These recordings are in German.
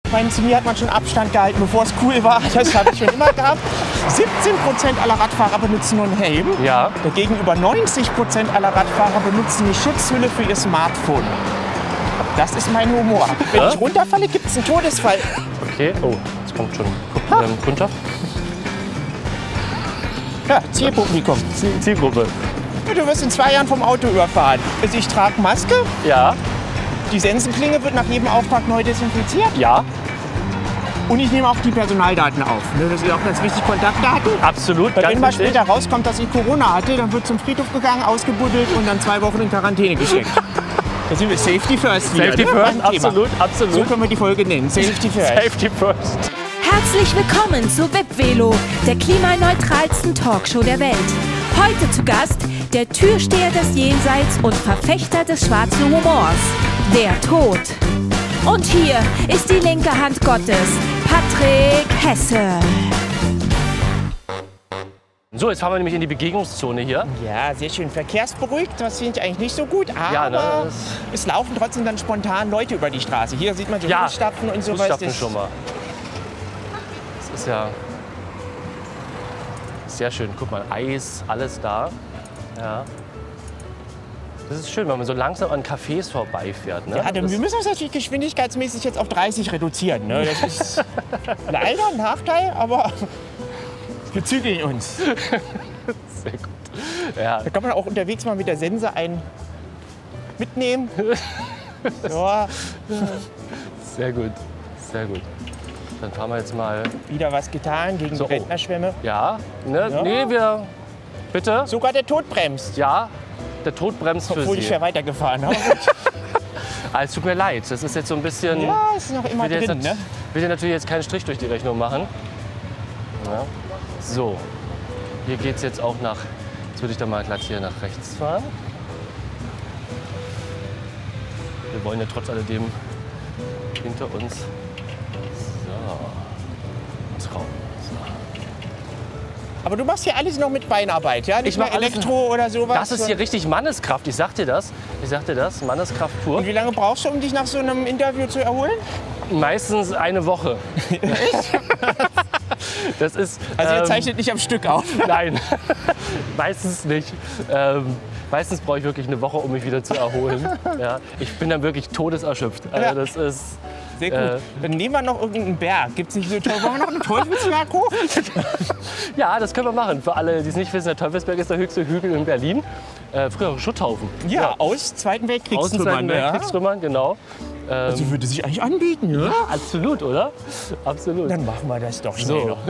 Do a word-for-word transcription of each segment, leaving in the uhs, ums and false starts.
Ich meine, zu mir hat man schon Abstand gehalten, bevor es cool war. Das habe ich schon immer gehabt. siebzehn Prozent aller Radfahrer benutzen nur einen Helm. Ja. Dagegen über neunzig Prozent aller Radfahrer benutzen eine Schutzhülle für ihr Smartphone. Das ist mein Humor. Wenn Ja? ich runterfalle, gibt es einen Todesfall. Okay, oh, jetzt kommt schon Guck, ähm, Kundschaft. Ja, Zielpublikum. Ziel- Zielgruppe. Du wirst in zwei Jahren vom Auto überfahren. Also ich trage Maske, Ja, die Sensenklinge wird nach jedem Auftrag neu desinfiziert ja, und ich nehme auch die Personaldaten auf. Ne, das ist auch ganz wichtig, Kontaktdaten. absolut. Weil Ganz wenn mal wichtig. später rauskommt, dass ich Corona hatte, dann wird zum Friedhof gegangen, ausgebuddelt und dann zwei Wochen in Quarantäne geschickt. Da sind wir Safety First wieder, Safety ne? first, Beim Thema. absolut, absolut. So können wir die Folge nennen. Safety First. Safety first. Herzlich willkommen zu Vipvelo, der klimaneutralsten Talkshow der Welt. Heute zu Gast der Türsteher des Jenseits und Verfechter des schwarzen Humors, der Tod. Und hier ist die linke Hand Gottes, Patrick Hesse. So, jetzt fahren wir nämlich in die Begegnungszone hier. Ja, sehr schön. Verkehrsberuhigt, das finde ich eigentlich nicht so gut, aber Ja, ne, das- es laufen trotzdem dann spontan Leute über die Straße. Hier sieht man so Ja, Fußstapfen und sowas. Fußstapfen Das- schon mal. Das ist ja sehr schön. Guck mal, Eis, alles da. Ja. Das ist schön, wenn man so langsam an Cafés vorbeifährt. Ne? Ja, dann, das, wir müssen uns natürlich geschwindigkeitsmäßig jetzt auf dreißig reduzieren. Ne? Das ist leider ein Nachteil, aber wir zügeln uns. sehr gut. Ja, Da kann man auch unterwegs mal mit der Sense einen mitnehmen. Ja, sehr gut. Sehr gut. Dann fahren wir jetzt mal. wieder was getan gegen So, die oh. Rentnerschwemme. Ja, ne? Ja. Nee, wir. Bitte? Sogar der Tod bremst. Ja, der Tod bremst für Obwohl ich Sie. ja weitergefahren habe. Ah, es tut mir leid. Das ist jetzt so ein bisschen. Ja, ist noch immer will dir jetzt, drin, nat- ne? will dir natürlich jetzt keinen Strich durch die Rechnung machen. Ja. So, hier geht es jetzt auch nach. Jetzt würde ich dann mal glatt hier nach rechts fahren. Wir wollen ja trotz alledem hinter uns. So. Traum. So. Aber du machst hier alles noch mit Beinarbeit, ja? Nicht Ich mach mal alles- Elektro oder sowas. Das ist hier richtig Manneskraft. Ich sag dir das. Ich sag dir das. Manneskraft pur. Und wie lange brauchst du, um dich nach so einem Interview zu erholen? Meistens eine Woche. Das ist. Also ihr ähm, zeichnet nicht am Stück auf. Nein, meistens nicht. Ähm, meistens brauche ich wirklich eine Woche, um mich wieder zu erholen. Ja, ich bin dann wirklich todeserschöpft. Also Ja. das ist. Sehr gut. Äh. Dann nehmen wir noch irgendeinen Berg. Gibt's nicht so toll? Wollen wir noch einen Teufelsberg hoch? Ja, das können wir machen. Für alle, die es nicht wissen, der Teufelsberg ist der höchste Hügel in Berlin. Äh, früher ein Schutthaufen. Ja, aus Zweiten Aus dem Weltkriegstrümmern. Zweiten Ja. Weltkriegstrümmern, genau. Ähm, Also würde sich eigentlich anbieten, ja? absolut, oder? Absolut. Dann machen wir das doch schnell So. noch.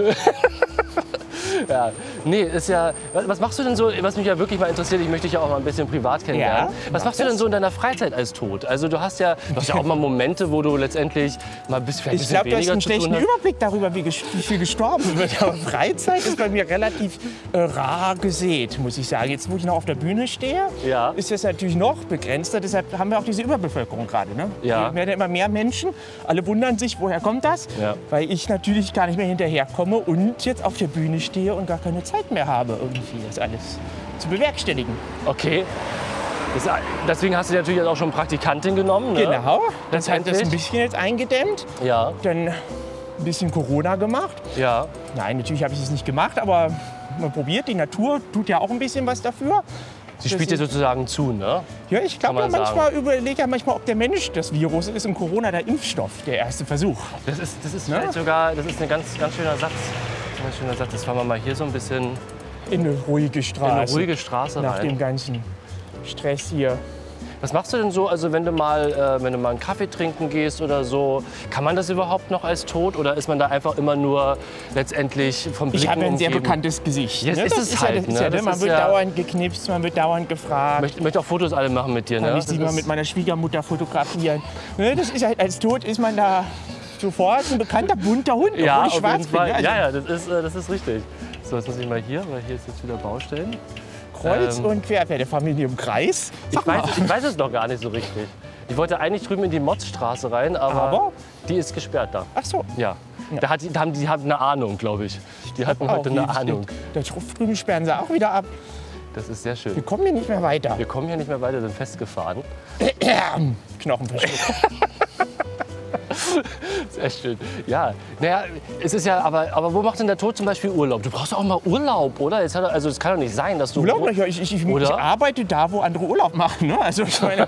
Ja, nee, ist ja. Was was machst du denn so, was mich ja wirklich mal interessiert, ich möchte dich ja auch mal ein bisschen privat kennenlernen. Ja, was mach machst du denn das. so in deiner Freizeit als Tod? Also du hast ja, du hast ja auch mal Momente, wo du letztendlich mal ein bisschen, vielleicht Ich ein glaube, bisschen du hast weniger einen zu tun schlechten hast. Überblick darüber, wie, ges- wie viel gestorben wird. Aber Freizeit ist bei mir relativ äh, rar gesät, muss ich sagen. Jetzt, wo ich noch auf der Bühne stehe, Ja. ist das natürlich noch begrenzter. Deshalb haben wir auch diese Überbevölkerung gerade. Ne? Ja. Es werden immer mehr Menschen. Alle wundern sich, woher kommt das? Ja. Weil ich natürlich gar nicht mehr hinterherkomme und jetzt auf der Bühne stehe und gar keine Zeit mehr habe, irgendwie das alles zu bewerkstelligen. Okay. Das, deswegen hast du dir natürlich jetzt auch schon Praktikantin genommen. Ne? Genau. Das hat das Letztendlich. ein bisschen jetzt eingedämmt. Ja, Dann ein bisschen Corona gemacht. ja. Nein, natürlich habe ich es nicht gemacht, aber man probiert. Die Natur tut ja auch ein bisschen was dafür. Sie spielt dir sozusagen zu, ne? Ja, ich glaube ja Kann man manchmal, überlege ja manchmal, ob der Mensch das Virus ist und Corona der Impfstoff, der erste Versuch. Das ist, das ist Ne? vielleicht sogar, das ist ein ganz, ganz schöner Satz. Ein ganz schöner Satz. Das fahren wir mal hier so ein bisschen In eine ruhige in Straße. eine ruhige Straße Nach dem rein. ganzen Stress hier. Was machst du denn so, also wenn du mal, äh, wenn du mal einen Kaffee trinken gehst oder so, kann man das überhaupt noch als Tod oder ist man da einfach immer nur letztendlich vom Blicken Ich habe ein sehr umgeben? bekanntes Gesicht. Ja, das ist es ja, halt, das ist ne? ja, Das man ist wird ja- dauernd geknipst, man wird dauernd gefragt. Ich möchte, möchte auch Fotos alle machen mit dir, ne? Kann ich Das sie mal ist- mit meiner Schwiegermutter fotografieren. Ne, das ist halt, als Tod ist man da sofort ein bekannter bunter Hund, obwohl ja, ich auf schwarz jeden Fall. bin. Also Ja, ja, das ist, äh, das ist richtig. So, jetzt muss ich mal hier, weil hier ist jetzt wieder Baustellen. Kreuz Ähm, und Querpferdefamilie im Kreis. Sag Ich weiß, mal. ich weiß es noch gar nicht so richtig. Ich wollte eigentlich drüben in die Motzstraße rein, aber, Aber? die ist gesperrt da. Ach so. Ja. Da, hat, die- da haben die haben eine Ahnung, glaube ich. Die hatten Auch heute eine hier Ahnung. steht, Da drüben sperren sie auch wieder ab. Das ist sehr schön. Wir kommen hier nicht mehr weiter. Wir kommen hier nicht mehr weiter, sind festgefahren. Knochenverschluck. Sehr schön. Ja, naja, es ist ja, aber, aber wo macht denn der Tod zum Beispiel Urlaub? Du brauchst auch mal Urlaub, oder? Jetzt hat er, also es kann doch nicht sein, dass du... Urlaub? Ich, ich, ich, ich arbeite da, wo andere Urlaub machen. Ne? Also ich meine,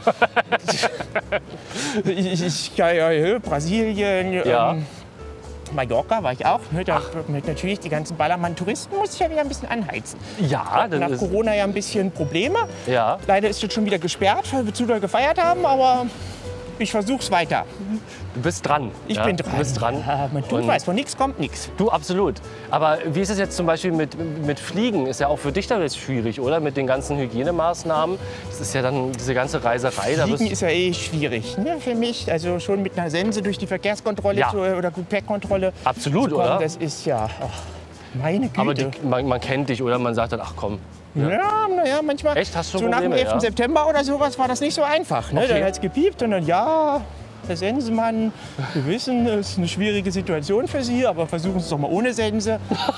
ich, ich, ich, ja, ja, Brasilien, Ja. ähm, Mallorca war ich auch. Ne? Da, mit natürlich die ganzen Ballermann-Touristen muss ich ja wieder ein bisschen anheizen. Ja, Nach das ist, Corona ja ein bisschen Probleme. ja. Leider ist jetzt schon wieder gesperrt, weil wir zu doll gefeiert haben, aber ich versuch's weiter. Du bist dran. Ich ja? bin dran. Du bist dran. Ja, man tut Und- weiß, von nichts kommt nichts. Du, absolut. Aber wie ist es jetzt zum Beispiel mit, mit Fliegen? Ist ja auch für dich dann jetzt schwierig, oder? Mit den ganzen Hygienemaßnahmen. Das ist ja dann diese ganze Reiserei. Da Fliegen bist, ist ja eh schwierig ne, für mich. Also schon mit einer Sense durch die Verkehrskontrolle Ja. zu, oder Gepäckkontrolle. Absolut, zu kommen, oder? Das ist ja, ach, meine Güte. aber die, man, man kennt dich, oder? Man sagt dann, ach komm. ja, naja, manchmal. Echt? Hast du so nach dem Probleme, elften ja? September oder sowas war das nicht so einfach. Ne? Okay. Dann hat es gepiept und dann, ja, Herr Sensemann, wir wissen, es ist eine schwierige Situation für Sie, aber versuchen Sie es doch mal ohne Sense.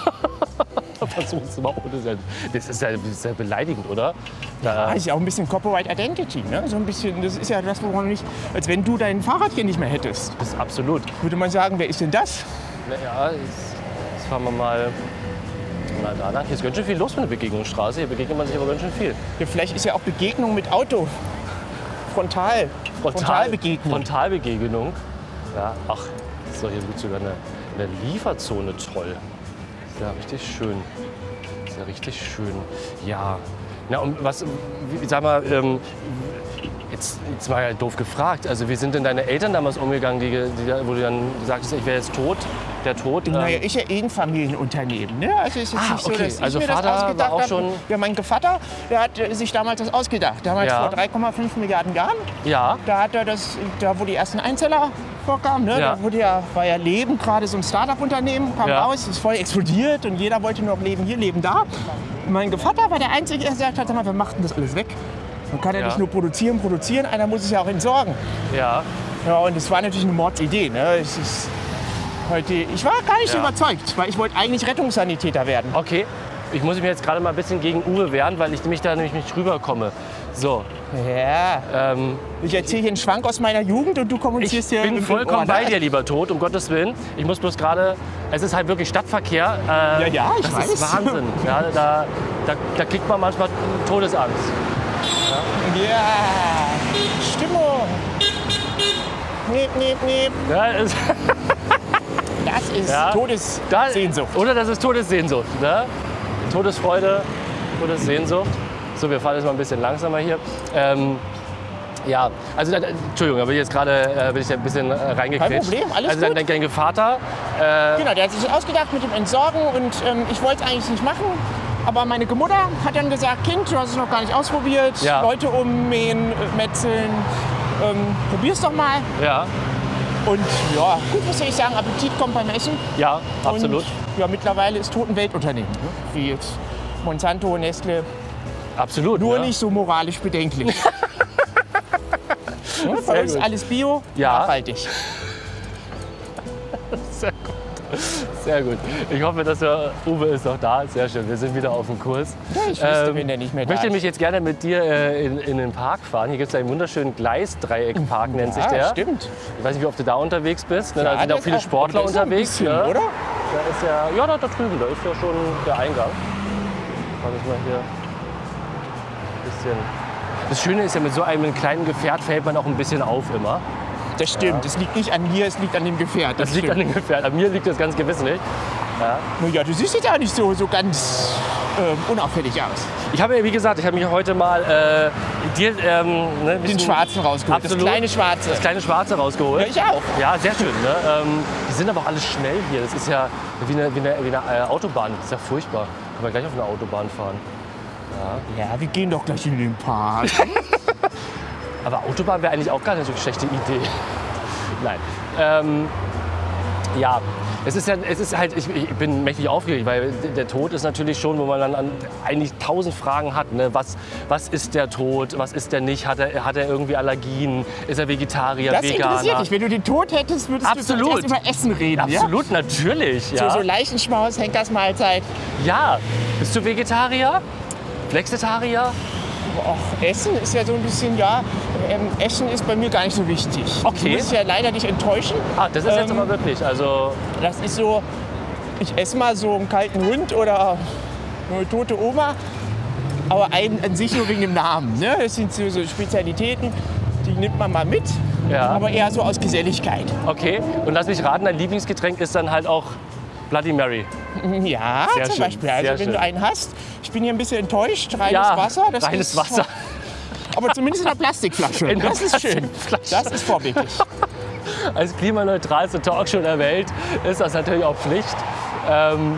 Versuch's mal ohne Sense. Das ist ja, das ist ja beleidigend, oder? Da, Das ist ja auch ein bisschen Corporate Identity. Ne? So ein bisschen, das ist ja das, woran man nicht, als wenn du dein Fahrrad hier nicht mehr hättest. das ist absolut. Würde man sagen, wer ist denn das? Ja, jetzt, jetzt fahren wir mal, mal da lang. Hier ist ganz schön viel los mit der Begegnungsstraße. Hier begegnet man sich aber ganz schön viel. Ja, vielleicht ist ja auch Begegnung mit Auto. Frontal. Frontalbegegnung. Frontalbegegnung. Ja, ach, das ist doch hier gut sogar eine, eine Lieferzone. Toll. Ist ja richtig schön. Ist ja richtig schön. Ja. Na, und was, wie, sag mal, ähm, jetzt, jetzt mal doof gefragt. Also, wie sind denn deine Eltern damals umgegangen, die, die, wo du dann sagtest, ich wäre jetzt tot, der Tod? Ähm, Naja, ist ja eh ein Familienunternehmen. Ne? Also es ist jetzt Ah, nicht so, okay. dass ich Also mir Vater das war ausgedacht auch habe. schon- Ja, mein Vater, der hat äh, sich damals das ausgedacht. Damals Ja. vor drei Komma fünf Milliarden Jahren. ja, Da hat er das, da wo die ersten Einzeller vorkamen, ne? Ja. Da wurde ja, war ja Leben gerade so ein Start-up-Unternehmen, kam Ja. raus, ist voll explodiert und jeder wollte nur noch Leben hier, Leben da. Und mein Vater war der Einzige, der gesagt hat, sag mal, wir machten das alles weg. Man kann ja, Ja. nicht nur produzieren, produzieren, einer muss es ja auch entsorgen. ja. Ja, und es war natürlich eine Mordsidee. Ne? Es ist heute, ich war gar nicht so Ja. überzeugt, weil ich wollte eigentlich Rettungssanitäter werden. Okay. Ich muss mich jetzt gerade mal ein bisschen gegen Uwe wehren, weil ich mich da nämlich nicht rüberkomme. So, Ja, ähm, ich erzähle hier einen Schwank aus meiner Jugend und du ich kommunizierst hier bin im vollkommen Ohr, ne? bei dir, lieber Tod, um Gottes Willen. Ich muss bloß gerade, es ist halt wirklich Stadtverkehr. Äh, Ja, ja, ich das weiß. ist Wahnsinn. Ja, da, da, da kriegt man manchmal Todesangst. Ja, Stimmung. Niep, niep, niep. Ja, es, Das ist Ja. da, Todessehnsucht. Oder das ist Todessehnsucht. Ne? Todesfreude, Todessehnsucht. So, wir fahren jetzt mal ein bisschen langsamer hier. Ähm, ja, also, äh, Entschuldigung, da bin ich jetzt gerade äh, bin ich ein bisschen äh, reingequetscht. Kein Problem, alles Also, dein, gut. dein, dein Vater, äh, Genau, der hat sich das ausgedacht mit dem Entsorgen und ähm, ich wollte es eigentlich nicht machen. Aber meine Mutter hat dann gesagt, Kind, du hast es noch gar nicht ausprobiert. Ja. Leute ummähen, äh, metzeln. Ähm, probier's doch mal. ja, Und ja, gut, was soll ich sagen, Appetit kommt beim Essen. ja, absolut. Und ja, mittlerweile ist Tod ein Weltunternehmen. Ne? Wie jetzt Monsanto, Nestle. Absolut. Nur ja. nicht so moralisch bedenklich. Ne, bei Sehr uns gut. alles Bio, Ja. nachhaltig. Sehr gut. Sehr gut. Ich hoffe, dass der Uwe ist noch da. Sehr schön, wir sind wieder auf dem Kurs. Ja, ich wüsste, wenn der nicht mehr Ich da möchte ist. mich jetzt gerne mit dir äh, in, in den Park fahren. Hier gibt es einen wunderschönen Gleisdreieckpark, nennt sich Ja, der. stimmt. Ich weiß nicht, wie oft du da unterwegs bist. Ne? Ja, Da sind der auch viele ist Sportler der ist auch ein unterwegs. bisschen, ne? oder? Da ist ja, ja, da, da drüben, da ist ja schon der Eingang. Warte ich mal hier ein bisschen. Das Schöne ist ja, mit so einem kleinen Gefährt fällt man auch ein bisschen auf immer. Das stimmt. Es liegt nicht an mir, es liegt an dem Gefährt. Das liegt an stimmt. dem Gefährt. An mir liegt das ganz gewiss nicht. Na ja, du siehst jetzt auch nicht so, so ganz ähm, unauffällig aus. Ich habe ja, wie gesagt, ich habe mich heute mal äh, dir ähm, ne, ein Den bisschen- Schwarzen rausgeholt, Absolut. das kleine Schwarze. Das kleine Schwarze rausgeholt. Ja, ich auch. Ja, sehr schön. Ne? Ähm, die sind aber auch alle schnell hier. Das ist ja wie eine, wie eine, wie eine äh, Autobahn. Das ist ja furchtbar. Können wir gleich auf eine Autobahn fahren. Ja, wir gehen doch gleich in den Park. Aber Autobahn wäre eigentlich auch gar nicht so eine schlechte Idee. Nein. Ähm, ja, es ist, ja, es ist halt, ich, ich bin mächtig aufgeregt, weil der Tod ist natürlich schon, wo man dann an, eigentlich tausend Fragen hat. Ne? Was, was ist der Tod? Was ist der nicht? Hat er, hat er irgendwie Allergien? Ist er Vegetarier, Das Veganer? interessiert dich. Wenn du den Tod hättest, würdest Absolut. du zuerst über Essen reden. Absolut, natürlich. Ja? Ja. So, so Leichenschmaus, Henkersmahlzeit. ja. Bist du Vegetarier? Flexitarier? Och, Essen ist ja so ein bisschen, ja, ähm, Essen ist bei mir gar nicht so wichtig. Okay. Ich muss ja leider nicht enttäuschen. Ah, das ist jetzt Ähm, aber wirklich, also Das ist so, ich esse mal so einen kalten Hund oder eine tote Oma, aber ein, an sich nur wegen dem Namen. Ne? Das sind so, so Spezialitäten, die nimmt man mal mit, Ja. aber eher so aus Geselligkeit. okay. Und lass mich raten, dein Lieblingsgetränk ist dann halt auch Bloody Mary. Ja, Sehr zum schön, Beispiel. Also sehr wenn schön. du einen hast, ich bin hier ein bisschen enttäuscht, reines Ja, Wasser. Das reines ist, Wasser. Aber zumindest in einer Plastikflasche. In einer das ist schön. Plastikflasche. Das ist vorbildlich. Als klimaneutralste Talkshow der Welt ist das natürlich auch Pflicht. Ähm,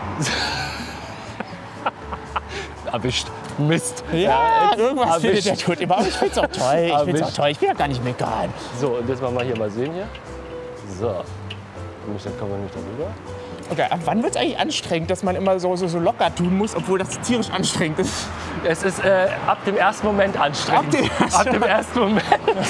erwischt. Mist. Ja, jetzt irgendwas findet erwischt. der Tod immer. Aber ich find's auch toll. Ich find's auch Erwischt. toll. Ich will ja gar nicht meckern. So, und jetzt machen wir hier mal sehen hier. So. Nämlich, dann kommen wir nämlich darüber. Okay, ab wann wird es eigentlich anstrengend, dass man immer so, so, so locker tun muss, obwohl das tierisch anstrengend ist? Es ist äh, ab dem ersten Moment anstrengend. Ab dem ersten ab dem ersten Moment.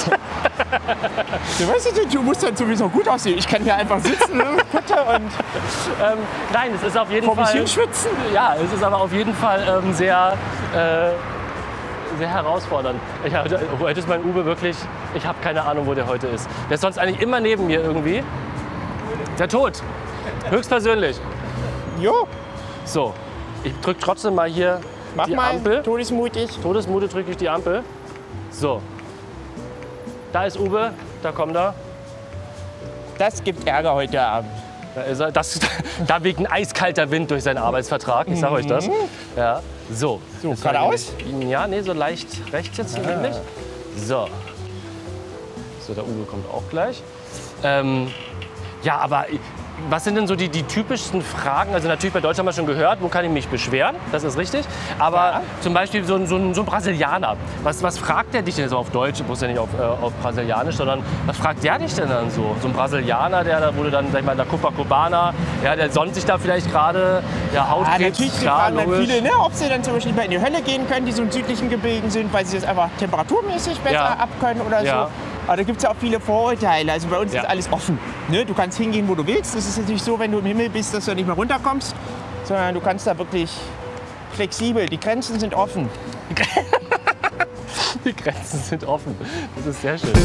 Du weißt du, du musst dann sowieso gut aussehen. Ich kann hier einfach sitzen ne, Kutte und Ähm, nein, es ist auf jeden vor mich Fall. hinschwitzen. Ja, es ist aber auf jeden Fall ähm, sehr, äh, sehr herausfordernd. Ich, heute heute ist mein Uwe wirklich, ich habe keine Ahnung, wo der heute ist. Der ist sonst eigentlich immer neben mir irgendwie. Der Tod. Höchstpersönlich. Jo, So, ich drücke trotzdem mal hier mach die mal. Ampel. Todesmutig. Todesmute drücke ich die Ampel. So. Da ist Uwe, da kommt er. Das gibt Ärger heute Abend. Da ist er. Das, da weht ein eiskalter Wind durch seinen Arbeitsvertrag. Ich sag euch das. Ja. So. So, Das war geradeaus? nämlich- Ja, nee, so leicht rechts jetzt hier nämlich. So. So, der Uwe kommt auch gleich. Ähm, ja, aber was sind denn so die, die typischsten Fragen? Also natürlich bei Deutsch haben wir schon gehört, wo kann ich mich beschweren? Das ist richtig. Aber Ja. zum Beispiel so ein, so ein, so ein Brasilianer. Was, was fragt der dich denn so auf Deutsch? Muss ja nicht auf, äh, auf Brasilianisch, sondern was fragt der dich denn dann so? So ein Brasilianer, der da wurde dann, sag ich mal, in der Copacabana, ja, der sonnt sich da vielleicht gerade, ja, Ah, Hautkrebs, natürlich die klar, fragen dann logisch. viele, ne, ob sie dann zum Beispiel lieber in die Hölle gehen können, die so in südlichen Gebieten sind, weil sie das einfach temperaturmäßig besser Ja. abkönnen oder Ja. so. Aber da gibt es ja auch viele Vorurteile. Also bei uns Ja. ist alles offen. Ne? Du kannst hingehen, wo du willst. Es ist natürlich so, wenn du im Himmel bist, dass du nicht mehr runterkommst, sondern du kannst da wirklich flexibel. Die Grenzen sind offen. Die Grenzen sind offen. Das ist sehr schön.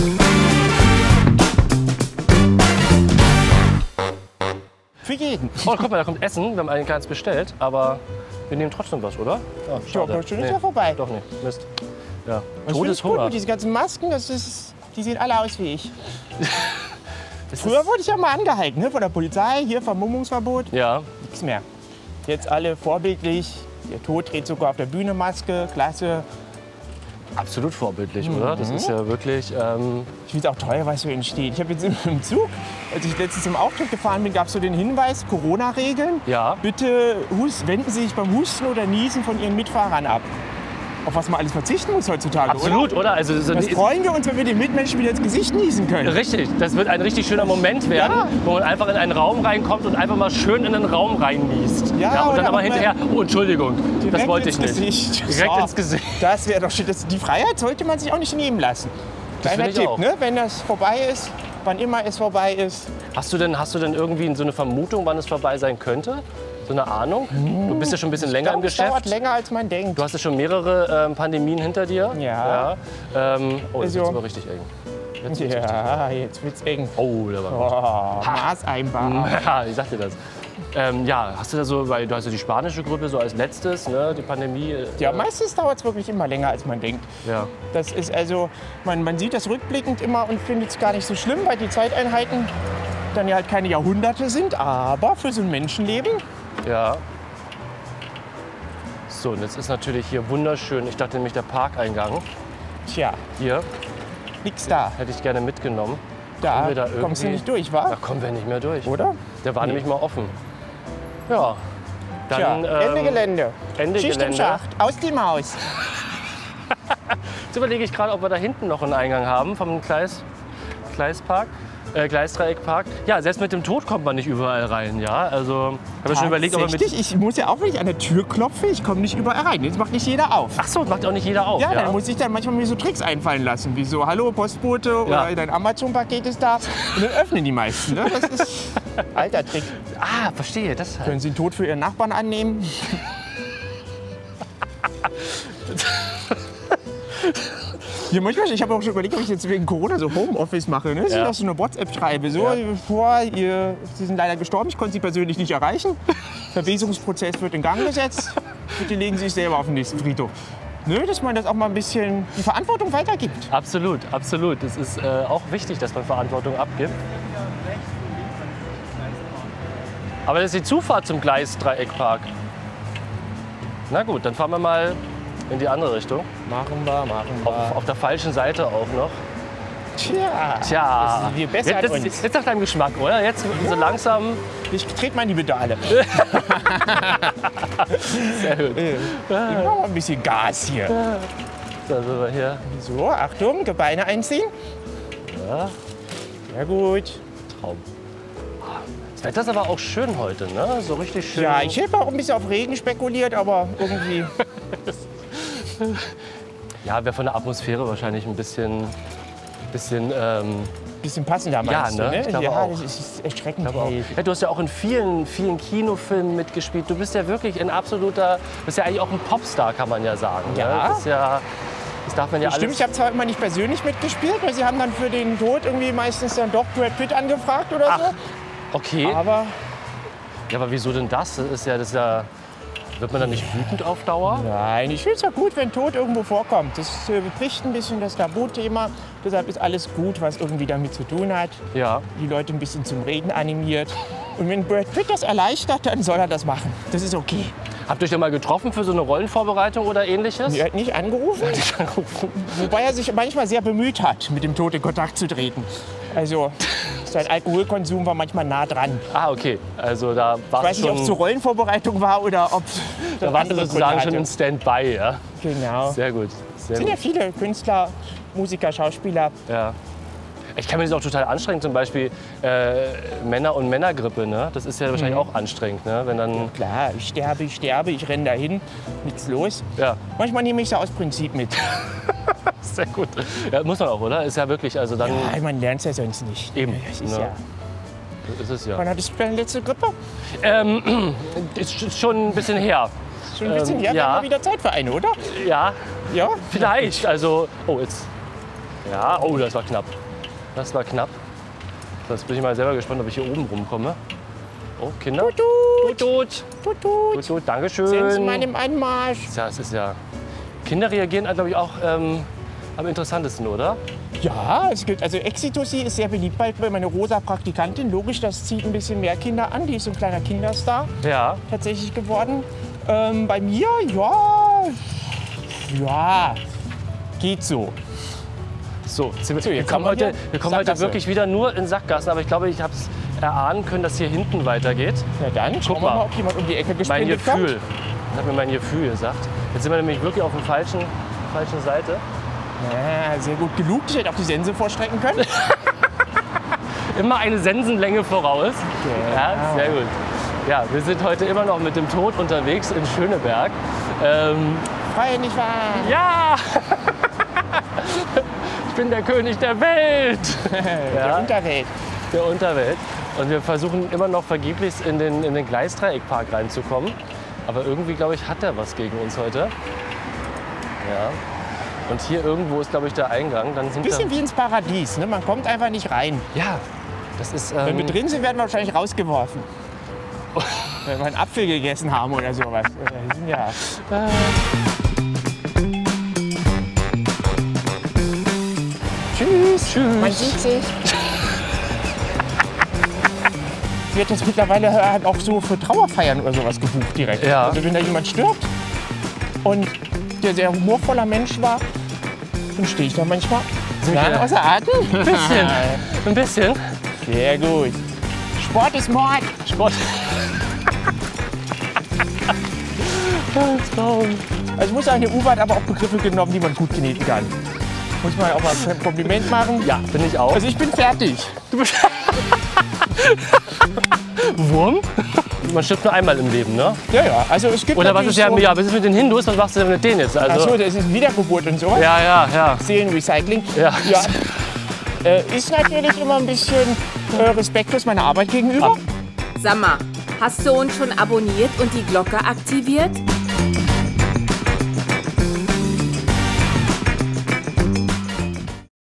Für jeden. Oh, guck mal, da kommt Essen. Wir haben eigentlich gar nichts bestellt, aber wir nehmen trotzdem was, oder? Oh, Ja, aber schon ist ja vorbei. Doch nicht. Mist. Ja. Ich finde es gut Todeshunger. mit diesen ganzen Masken. Das ist, die sehen alle aus wie ich. Das Früher ist- wurde ich ja mal angehalten, ne? Von der Polizei. Hier Vermummungsverbot. Ja. Nichts mehr. Jetzt alle vorbildlich. Der Tod trägt sogar auf der Bühne Maske. Klasse. Absolut vorbildlich, oder? Das ist ja wirklich. Ähm, Ich finde es auch toll, was so entsteht. Ich habe jetzt im- im Zug, als ich letztens im Auftritt gefahren bin, gab es so den Hinweis, Corona-Regeln. ja. Bitte hus- wenden Sie sich beim Husten oder Niesen von Ihren Mitfahrern ab. Auf was man alles verzichten muss heutzutage, Absolut, oder? oder? Also, so, Das freuen wir uns, wenn wir den Mitmenschen wieder ins Gesicht niesen können. richtig, das wird ein richtig schöner Moment werden, Ja. wo man einfach in einen Raum reinkommt und einfach mal schön in den Raum reinniest. Ja, und dann oder aber auch hinterher, oh, Entschuldigung, das Direkt wollte ich ins nicht. Gesicht. Direkt So. ins Gesicht. Das wäre doch schön. Das, die Freiheit sollte man sich auch nicht nehmen lassen. Kleiner finde ich Tipp, auch. ne? Wenn das vorbei ist, wann immer es vorbei ist. Hast du denn, hast du denn irgendwie so eine Vermutung, wann es vorbei sein könnte? So eine Ahnung? Du bist ja schon ein bisschen länger Ich im glaub, es dauert Geschäft. länger, als man denkt. Du hast ja schon mehrere ähm, Pandemien hinter dir. Ja. ja. Ähm, oh, jetzt Also- ist aber richtig eng. Jetzt wird's richtig Ja, jetzt wird's eng. Oh, der war Oh, Maßeinbar. Ja, ich sag dir das. Ähm, ja, hast du da so, weil du hast ja die spanische Grippe so als letztes, ne, die Pandemie. Äh, Ja, meistens dauert es wirklich immer länger, als man denkt. ja. Das ist also, man, man sieht das rückblickend immer und findet es gar nicht so schlimm, weil die Zeiteinheiten dann ja halt keine Jahrhunderte sind. Aber für so ein Menschenleben, Ja. So, und jetzt ist natürlich hier wunderschön. Ich dachte nämlich, der Parkeingang tja, hier nix da. hätte ich gerne mitgenommen. Da, Kommen wir da kommst du irgendwie- nicht durch, Da wa? kommen wir nicht mehr durch. Oder? Der war Nee. nämlich mal offen. Ja. Dann, Tja, Ende ähm, Gelände. Ende Schicht Gelände. im Schacht, aus die Maus. Jetzt überlege ich gerade, ob wir da hinten noch einen Eingang haben vom Gleis, Gleispark. Äh, Gleisdreieckpark. Ja, selbst mit dem Tod kommt man nicht überall rein. Ja, also habe ich schon überlegt, ob wir mit. Tatsächlich, ich muss ja auch, wenn ich an der Tür klopfe, ich komme nicht überall rein. Jetzt macht nicht jeder auf. Ach so, macht auch nicht jeder auf. Ja, Ja, dann muss ich dann manchmal mir so Tricks einfallen lassen, wie so, hallo Postbote Ja. oder dein Amazon-Paket ist da. Und dann öffnen die meisten. Ne? Das ist alter Trick. Ah, verstehe. Das Können Sie den Tod für Ihren Nachbarn annehmen? Ja, manchmal, ich habe auch schon überlegt, ob ich jetzt wegen Corona so Homeoffice mache. Ne? Dass Ja. ich auch so eine WhatsApp schreibe. So, Ja. vor, ihr, Sie sind leider gestorben, ich konnte Sie persönlich nicht erreichen. Verwesungsprozess wird in Gang gesetzt. Bitte legen Sie sich selber auf den nächsten Friedhof. Ne? Dass man das auch mal ein bisschen die Verantwortung weitergibt. Absolut, absolut. Es ist äh, auch wichtig, dass man Verantwortung abgibt. Aber das ist die Zufahrt zum Gleisdreieckpark. Na gut, dann fahren wir mal in die andere Richtung. Machen wir, machen wir. Auf, auf der falschen Seite auch noch. Tja, Tja, das ist, wir bessern jetzt, uns. jetzt, jetzt nach deinem Geschmack, oder? Jetzt so langsam. Ich trete mal in die Pedale. Sehr gut. Ich mach mal ein bisschen Gas hier. Da sind wir hier. So, Achtung, Gebeine einziehen. Ja, Sehr gut. Traum. Das Wetter ist aber auch schön heute, ne? So richtig schön. Ja, ich hätte auch ein bisschen auf Regen spekuliert, aber irgendwie. Ja, wäre von der Atmosphäre wahrscheinlich ein bisschen, bisschen ähm, Bisschen passender Ja, meinst ne? du, ne? Ich glaube ja, auch. das ist erschreckend Aber auch, hell. ja, du hast ja auch in vielen, vielen Kinofilmen mitgespielt. Du bist ja wirklich ein absoluter, du bist ja eigentlich auch ein Popstar, kann man ja sagen. Ja. Ne? Das ist ja, das darf man ja Stimmt, alles. ich habe zwar immer nicht persönlich mitgespielt, weil sie haben dann für den Tod irgendwie meistens dann doch Brad Pitt angefragt oder Ach, so. okay. Aber Ja, aber wieso denn das? Das ist ja, das ist ja, wird man dann nicht wütend auf Dauer? nein, ich finde es ja gut, wenn Tod irgendwo vorkommt. Das äh, bricht ein bisschen das Tabuthema. Deshalb ist alles gut, was irgendwie damit zu tun hat. Ja. Die Leute ein bisschen zum Reden animiert. Und wenn Brad Pitt das erleichtert, dann soll er das machen. Das ist okay. Habt ihr euch ja mal getroffen für so eine Rollenvorbereitung oder ähnliches? Er hat nicht angerufen, wobei er sich manchmal sehr bemüht hat, mit dem Tod in Kontakt zu treten. Also sein Alkoholkonsum war manchmal nah dran. Ah, okay. Also da Ich warst weiß du nicht, ob es zur schon, Rollenvorbereitung war oder ob da warst du sozusagen schon in Standby, ja? Genau. Es Sehr gut. Sehr sind gut. ja viele Künstler, Musiker, Schauspieler. Ja. Ich kann mir das auch total anstrengend, zum Beispiel äh, Männer- und Männergrippe, ne? Das ist ja wahrscheinlich auch anstrengend, ne? Wenn dann, Klar, ich sterbe, ich sterbe, ich renne dahin, nichts los. ja, Manchmal nehme ich es aus Prinzip mit. sehr gut. Ja, muss man auch, oder? Ist ja wirklich, also dann Ja, man lernt es ja sonst nicht. Eben, Das ist ne? ja. ist es ja. Wann hattest du deine letzte Grippe? Ähm, ist schon ein bisschen her. Schon ein bisschen Ähm, her, wir ja. haben mal wieder Zeit für eine, oder? Ja, Ja? vielleicht. Also, oh, jetzt. Ja, oh, das war knapp. Das war knapp. Jetzt bin ich mal selber gespannt, ob ich hier oben rumkomme. Oh, Kinder. Tut, Tut, tut. tut, tut. Tut, tut. Dankeschön. Sehen Sie mal im Anmarsch. Ja, es ist ja. Kinder reagieren, glaube ich, auch ähm, am interessantesten, oder? Ja, es gibt, also Exitosi ist sehr beliebt bei bei meiner rosa Praktikantin. Logisch, das zieht ein bisschen mehr Kinder an. Die ist so ein kleiner Kinderstar Ja. tatsächlich geworden. Ähm, bei mir, ja, ja, geht so. So, jetzt sind wir, So, wir jetzt kommen, haben wir heute, hier wir kommen heute Sackgasse. wirklich wieder nur in Sackgassen, aber ich glaube, ich habe es erahnen können, dass hier hinten weitergeht. Na dann, schauen wir mal. mal, ob jemand um die Ecke Mein gesprintet Gefühl. kommt. Das hat mir mein Gefühl gesagt. Jetzt sind wir nämlich wirklich auf der falschen, falschen Seite. Ja, sehr gut gelugt. Ich hätte auch die Sense vorstrecken können. Immer eine Sensenlänge voraus. Ja, sehr gut. Ja, wir sind heute immer noch mit dem Tod unterwegs in Schöneberg. Ähm, Freie nicht wahr? ja! Ich bin der König der Welt! Der Ja, Unterwelt. der Unterwelt. Und wir versuchen immer noch vergeblich in den, in den Gleisdreieckpark reinzukommen. Aber irgendwie, glaube ich, hat er was gegen uns heute. Ja. Und hier irgendwo ist, glaube ich, der Eingang. Dann sind Bisschen wie ins Paradies. Ne? Man kommt einfach nicht rein. wir, ja, das ist. Wenn Ähm, wir drin sind, werden wir wahrscheinlich rausgeworfen. Wenn wir einen Apfel gegessen haben oder sowas. Wir sind ja Tschüss. Tschüss. Man sieht sich. Wird jetzt mittlerweile halt auch so für Trauerfeiern oder sowas gebucht direkt. Ja. Also wenn da jemand stirbt und der sehr humorvoller Mensch war, dann stehe ich da manchmal wir- ja, außer Atem. Ein bisschen. Ein bisschen. Sehr gut. Sport ist Mord. Sport. Traum. Also ich muss sagen, der Uwe hat aber auch Begriffe genommen, die man gut genießen kann. Muss man auch mal ein Kompliment machen. Ja, bin ich auch. Also ich bin fertig. Du bist Wurm? Man stirbt nur einmal im Leben, ne? Ja, ja. Also es gibt Oder was ist ja, natürlich ja, was ist mit den Hindus? Was machst du denn mit denen jetzt? so, Also, Achso, das ist Wiedergeburt und sowas. ja, ja, ja. Seelenrecycling. Ja. Ja. Äh, ist natürlich immer ein bisschen äh, respektlos meiner Arbeit gegenüber. Sag mal, hast du uns schon abonniert und die Glocke aktiviert?